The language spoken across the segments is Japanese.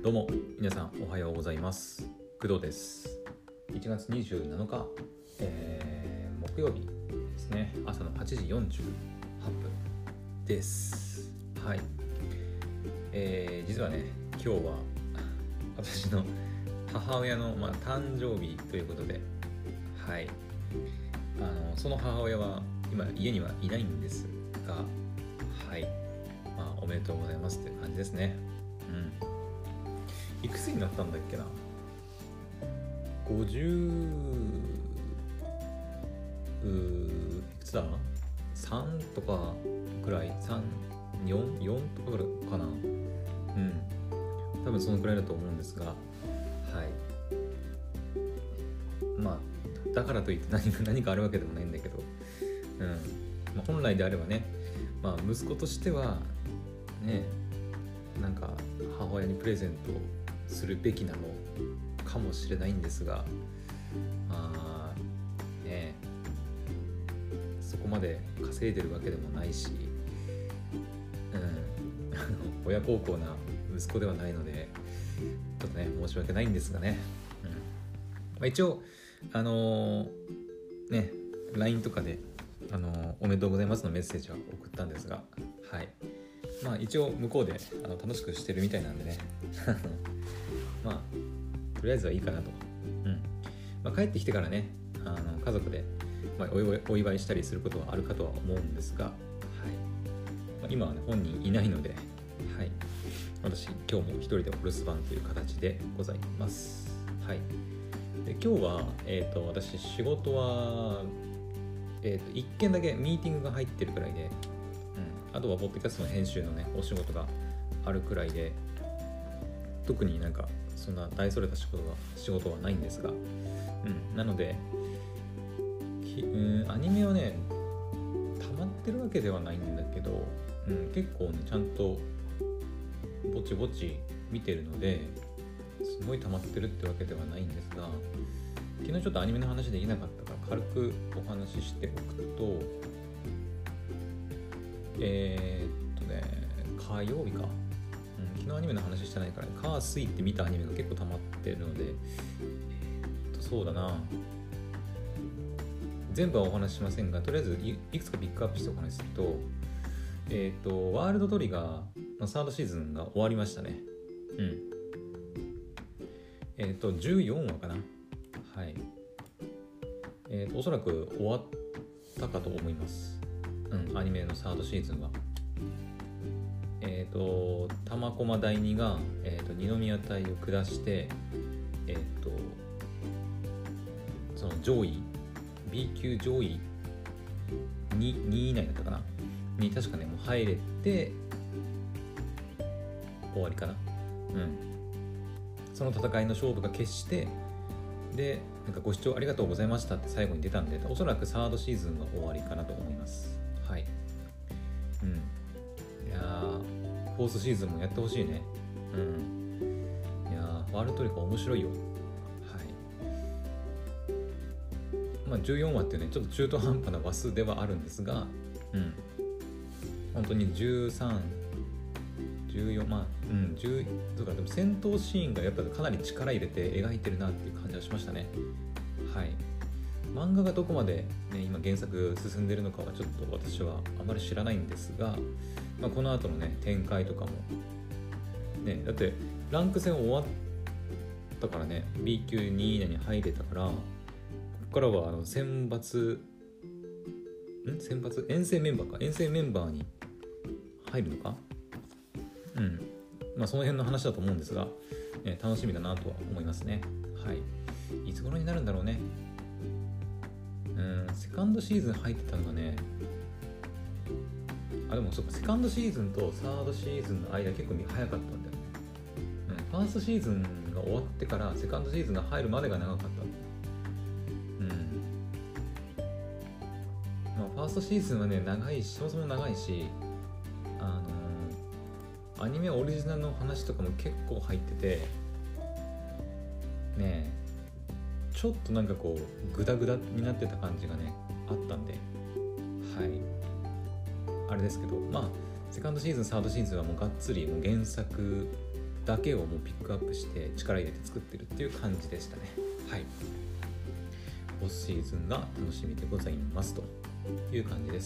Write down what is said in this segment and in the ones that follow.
どうも皆さんおはようございます。工藤です。1月27日、木曜日ですね。朝の8時48分です。はい、実はね今日は私の母親の、誕生日ということで、はい、その母親は今家にはいないんですが、はい、おめでとうございますっていう感じですね。いくつになったんだっけな、50いくつだ、3とかくらい、4とかぐらいかな。多分そのくらいだと思うんですが、はい、だからといって何かあるわけでもないんだけど、本来であればね、息子としてはね、なんか母親にプレゼントするべきなのかもしれないんですが、そこまで稼いでるわけでもないし、親孝行な息子ではないのでちょっとね申し訳ないんですがね、一応LINE とかでおめでとうございますのメッセージは送ったんですが、はい、一応向こうで楽しくしてるみたいなんでねとりあえずはいいかなと、帰ってきてからね家族で、お祝いしたりすることはあるかとは思うんですが、今はね本人いないので、私今日も一人でお留守番という形でございます。で今日は、私仕事は、1件だけミーティングが入ってるくらいで、あとはポッドキャストの編集のねお仕事があるくらいで、特になんかそんな大それた仕事はないんですが、なのでアニメはね溜まってるわけではないんだけど、結構ねちゃんとぼちぼち見てるのですごい溜まってるってわけではないんですが、昨日ちょっとアニメの話できなかったから軽くお話ししておくと、火曜日か、昨日アニメの話してないから、火水って見たアニメが結構溜まってるので、そうだな、全部はお話ししませんが、とりあえずいくつかピックアップしてお話しすると、ワールドトリガーのサードシーズンが終わりましたね。14話かな。おそらく終わったかと思います。アニメのサードシーズンは。玉駒第2が、二宮隊を下して、その上位 B 級上位 2位以内だったかなに確かねもう入れて終わりかな。その戦いの勝負が決して、でなんかご視聴ありがとうございましたって最後に出たんで、おそらくサードシーズンが終わりかなと思います。いやーフォースシーズンもやってほしいね。いやーワールドトリガー面白いよ。14話っていうねちょっと中途半端な話数ではあるんですが、本当に13、14、10とかでも戦闘シーンがやっぱかなり力入れて描いてるなっていう感じはしましたね。漫画がどこまで、今原作進んでるのかはちょっと私はあまり知らないんですが、この後のね展開とかもね、だってランク戦終わったからね B 級2位以内に入れたから、ここからは遠征メンバーに入るのか、その辺の話だと思うんですが、楽しみだなとは思いますね。いつ頃になるんだろうね。セカンドシーズン入ってたのがね、でもそっか、セカンドシーズンとサードシーズンの間結構早かったんだよ。ファーストシーズンが終わってからセカンドシーズンが入るまでが長かった。ファーストシーズンはね長いし、そもそも長いし、アニメオリジナルの話とかも結構入っててね、ちょっとなんかこうグダグダになってた感じがねあったんで、あれですけど、セカンドシーズンサードシーズンはもうがっつりもう原作だけをもうピックアップして力入れて作ってるっていう感じでしたね。はい。ボスシーズンが楽しみでございますという感じです。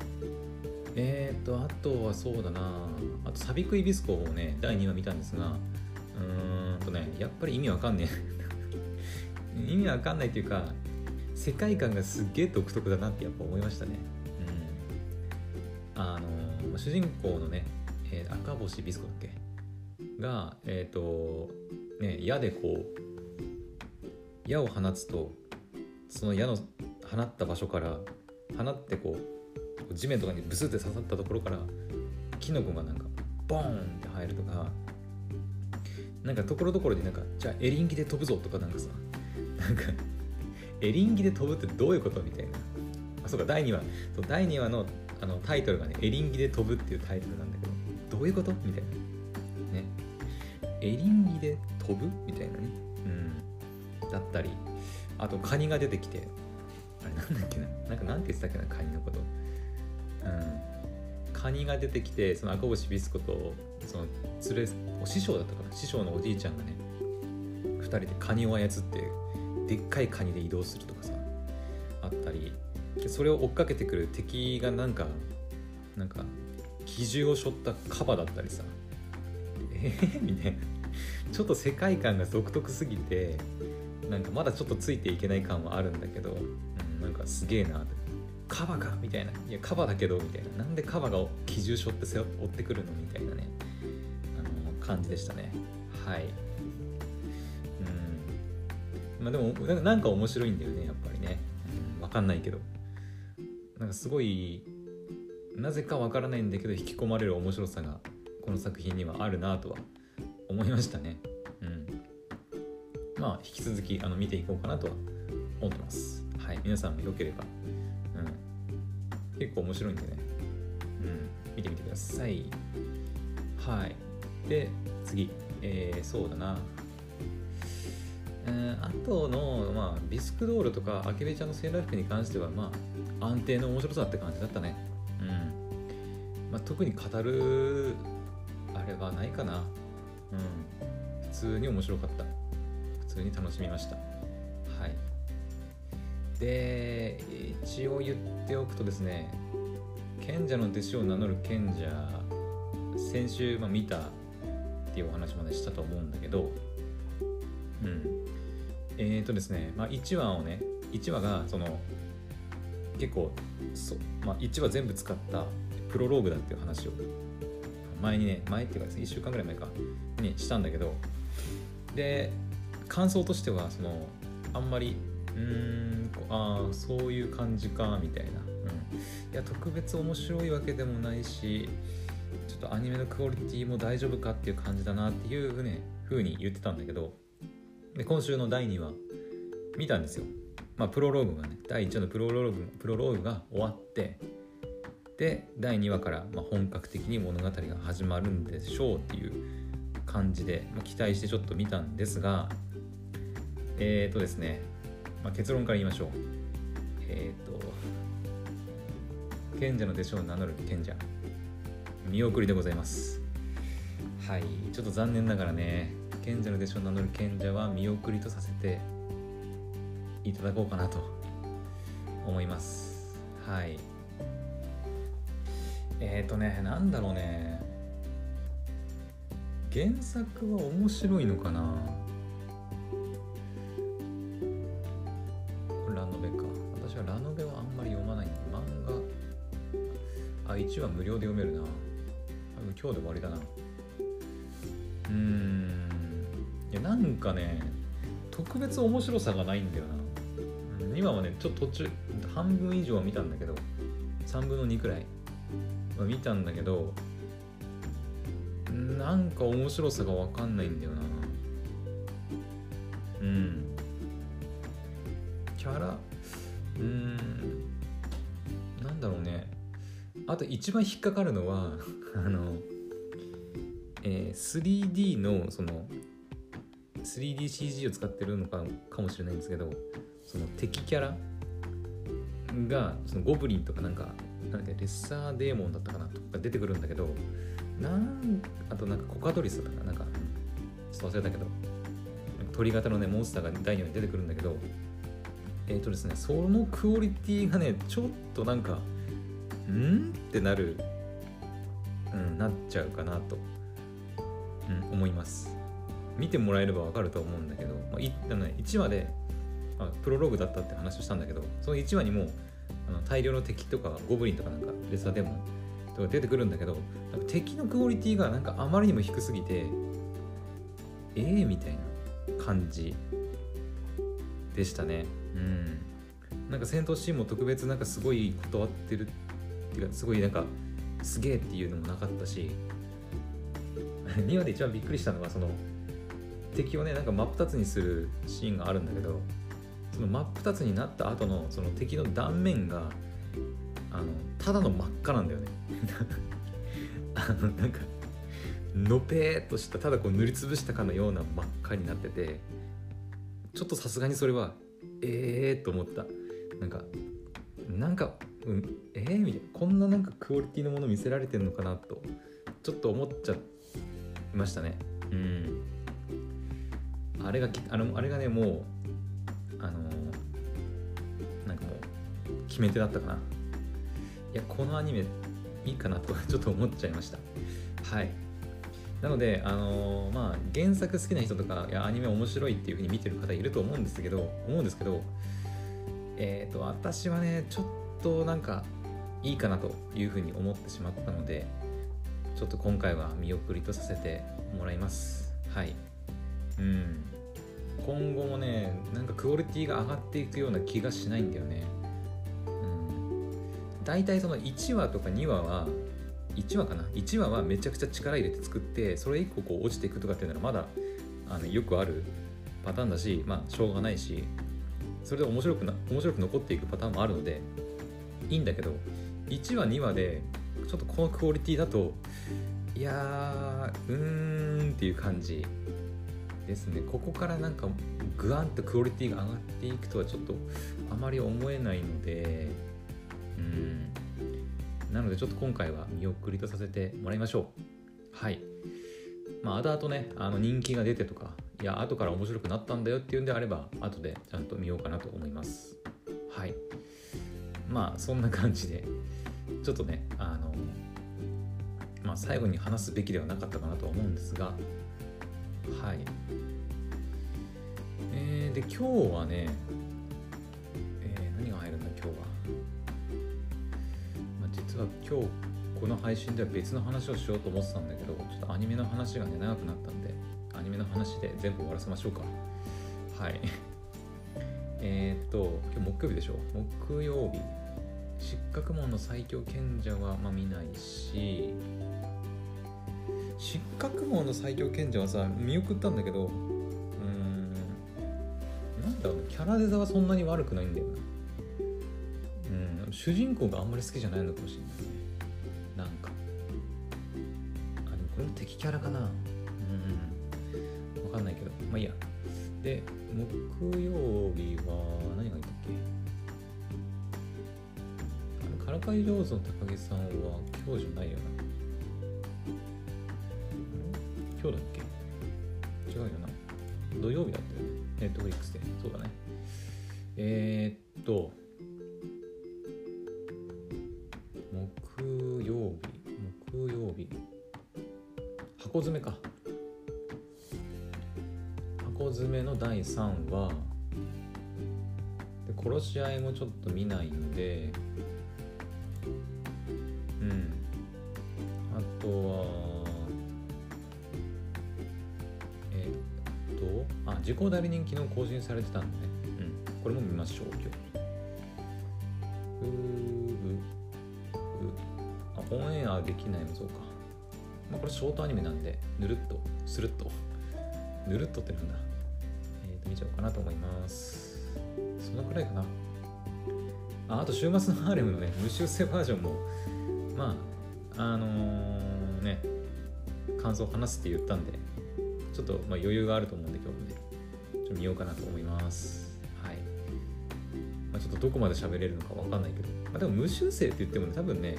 あとはそうだな、あとサビクイビスコをね第2話見たんですが、やっぱり意味わかんねえ意味わかんないっていうか、世界観がすっげえ独特だなってやっぱ思いましたね。主人公のね、赤星ビスコだっけが矢でこう矢を放つと、その矢の放った場所から放ってこう地面とかにブスって刺さったところからキノコがなんかボーンって生えるとか、なんかところどころでなんかじゃあエリンギで飛ぶぞとか、なんかさ、なんかエリンギで飛ぶってどういうことみたいな。そうか、第2話のタイトルがね、エリンギで飛ぶっていうタイトルなんだけど、どういうことみたいなね。エリンギで飛ぶみたいなね。だったり、あとカニが出てきて、あれなんだっけな、なんて言ってたっけな、カニのこと。カニが出てきて、その赤星ビスコとその師匠だったかな、師匠のおじいちゃんがね、2人でカニを操ってでっかいカニで移動するとかさ、あったり、でそれを追っかけてくる敵がなんか奇獣を背負ったカバだったりさ、みたいな、ちょっと世界観が独特すぎて、なんかまだちょっとついていけない感はあるんだけど、なんかすげえな、カバかみたいな、いやカバだけどみたいな、なんでカバが奇獣背負って追ってくるのみたいなね、感じでしたね。はい。でもなんか面白いんだよね、やっぱりね。わかんないけど、なんかすごいなぜかわからないんだけど引き込まれる面白さがこの作品にはあるなとは思いましたね。まあ引き続き見ていこうかなとは思ってます。はい、皆さんもよければ、結構面白いんでね、見てみてください。はい。で次、そうだな、あとの、ビスクドールとかアケベちゃんのセーラー服に関しては、安定の面白さって感じだったね。特に語るあれはないかな。普通に面白かった。普通に楽しみました。はい。で、一応言っておくとですね、賢者の弟子を名乗る賢者、先週、見たっていうお話までしたと思うんだけど、ですね、1話がその結構1話全部使ったプロローグだっていう話を前っていうかですね、1週間ぐらい前かにしたんだけど、で感想としてはあんまりそういう感じかみたいな、いや特別面白いわけでもないし、ちょっとアニメのクオリティも大丈夫かっていう感じだなっていう風に言ってたんだけど、で今週の第2話見たんですよ。プロローグがね、第1話のプロローグが終わって、で第2話から本格的に物語が始まるんでしょうっていう感じで、期待してちょっと見たんですが、ですね、結論から言いましょう。賢者の弟子を名乗る賢者、見送りでございます。はい、ちょっと残念ながらね、賢者の弟子を名乗る賢者は見送りとさせていただこうかなと思います。はい。なんだろうね、原作は面白いのかな。ラノベか。私はラノベはあんまり読まないんで、漫画1話無料で読めるな。今日で終わりだな。いやなんかね、特別面白さがないんだよな。今はね、ちょっと途中半分以上は見たんだけど、3分の2くらいは見たんだけど、なんか面白さが分かんないんだよな。キャラなんだろうね。あと一番引っかかるのは3D のその 3DCG を使ってるのかもしれないんですけど、その敵キャラがそのゴブリンとかなんかレッサーデーモンだったかなとか出てくるんだけど、あとなんかコカドリスだったかな、なんかちょっと忘れたけど、鳥型のねモンスターが第2話に出てくるんだけど、ですね、そのクオリティがねちょっとなんかってなる、なっちゃうかなと、思います。見てもらえればわかると思うんだけど、1話でプロローグだったって話をしたんだけど、その1話にも大量の敵とかゴブリンとかなんかレッサーデモンとか出てくるんだけど、なんか敵のクオリティがなんかあまりにも低すぎてみたいな感じでしたね。なんか戦闘シーンも特別なんかすごい断ってるっていうか、すごいなんかすげえっていうのもなかったし2話で一番びっくりしたのはその敵をねなんか真っ二つにするシーンがあるんだけど、その真っ二つになった後のその敵の断面がただの真っ赤なんだよねなんかのぺーっとしたただこう塗りつぶしたかのような真っ赤になってて、ちょっとさすがにそれはと思った。なんかみたいな、こんななんかクオリティのもの見せられてんのかなとちょっと思っちゃいましたね。あれがねもうなんかもう決め手だったかな。いやこのアニメいいかなとちょっと思っちゃいました。はい。なので原作好きな人とかアニメ面白いっていう風に見てる方いると思うんですけど私はねちょっとなんかいいかなという風に思ってしまったので、ちょっと今回は見送りとさせてもらいます。はい。今後もねなんかクオリティが上がっていくような気がしないんだよね。だいたいその1話とか2話は1話はめちゃくちゃ力入れて作って、それ以降こう落ちていくとかっていうのはまだよくあるパターンだし、しょうがないし、それで面白く残っていくパターンもあるのでいいんだけど、1話2話でちょっとこのクオリティだとっていう感じですね。ここからなんかグワンとクオリティが上がっていくとはちょっとあまり思えないので、なのでちょっと今回は見送りとさせてもらいましょう。はい。後々ね人気が出てとか、いや後から面白くなったんだよっていうんであれば後でちゃんと見ようかなと思います。はい。そんな感じでちょっとね最後に話すべきではなかったかなとは思うんですが、はい。で今日はね、何が入るんだ今日は。実は今日この配信では別の話をしようと思ってたんだけど、ちょっとアニメの話がね長くなったんで、アニメの話で全部終わらせましょうか。はい。今日木曜日でしょ。木曜日失格門の最強賢者は見ないし、失格門の最強賢者はさ見送ったんだけど、なんだろう、キャラデザはそんなに悪くないんだよな。主人公があんまり好きじゃないのかもしれないね。なんかでもこれも敵キャラかな。わかんないけど、いいや。で木曜日は何がいたっけ。からかい上手の高木さんは今日じゃないよな。今日だっけ。違うよな。土曜日だったよね。ネットフリックスで。そうだね。木曜日箱詰めか。箱詰めの第3話で、殺し合いもちょっと見ないので、あとは時効代理人昨日更新されてたんでね、これも見ましょう。今日オンエアできないもそうか。これショートアニメなんでぬるっとスルッとぬるっとってなんだ。見ちゃおうかなと思います。そのくらいかな。あと週末のハーレムのね無修正バージョンも感想を話すって言ったんで、ちょっと余裕があると思うんで今日もねちょっと見ようかなと思います。はい。ちょっとどこまで喋れるのかわかんないけど、でも無修正って言ってもね多分ね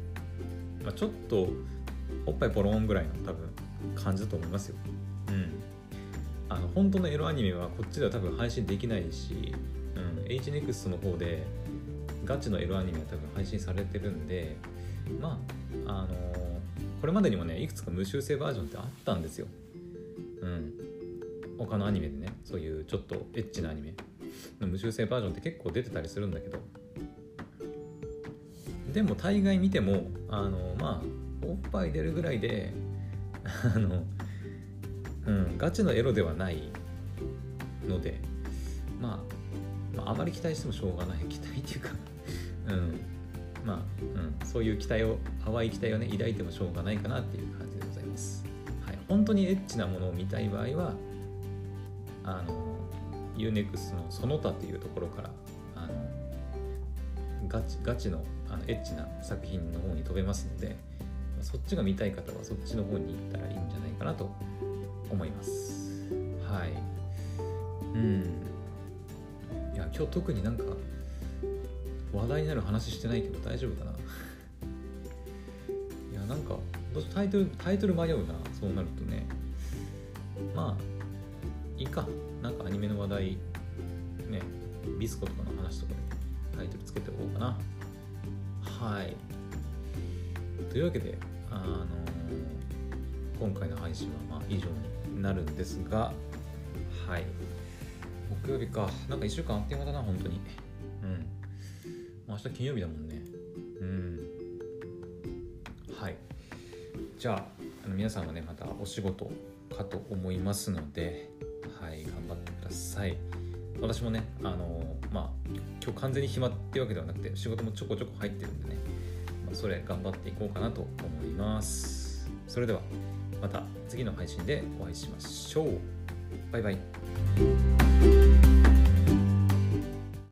ちょっとおっぱいポロンぐらいの多分感じだと思いますよ。 本当のエロアニメはこっちでは多分配信できないし、HNEXT の方でガチのエロアニメは多分配信されてるんで、これまでにもねいくつか無修正バージョンってあったんですよ。他のアニメでね、そういうちょっとエッチなアニメの無修正バージョンって結構出てたりするんだけど、でも大概見てもおっぱい出るぐらいでガチのエロではないので、あまり期待してもしょうがない、期待っていうかそういう期待を、淡い期待をね抱いてもしょうがないかなっていう感じでございます。はい、本当にエッチなものを見たい場合はUNEXT のその他っていうところからガチのエッチな作品の方に飛べますので、そっちが見たい方はそっちの方に行ったらいいんじゃないかなと思います。はい。いや今日特になんか話題になる話してないけど大丈夫かな。いやなんかタイトル迷うな、そうなるとね。いいか、なんかアニメの話題ね、ビスコとかの話とかでタイトルつけておこうかな。はい。というわけで今回の配信は以上になるんですが、はい。木曜日か、なんか1週間あっという間だな本当に。明日金曜日だもんね。はい。じゃあ皆さんはねまたお仕事かと思いますので、はい、頑張ってください。私もね今日完全に暇っていうわけではなくて仕事もちょこちょこ入ってるんでね、それ頑張っていこうかなと思います。それではまた次の配信でお会いしましょう。バイバイ。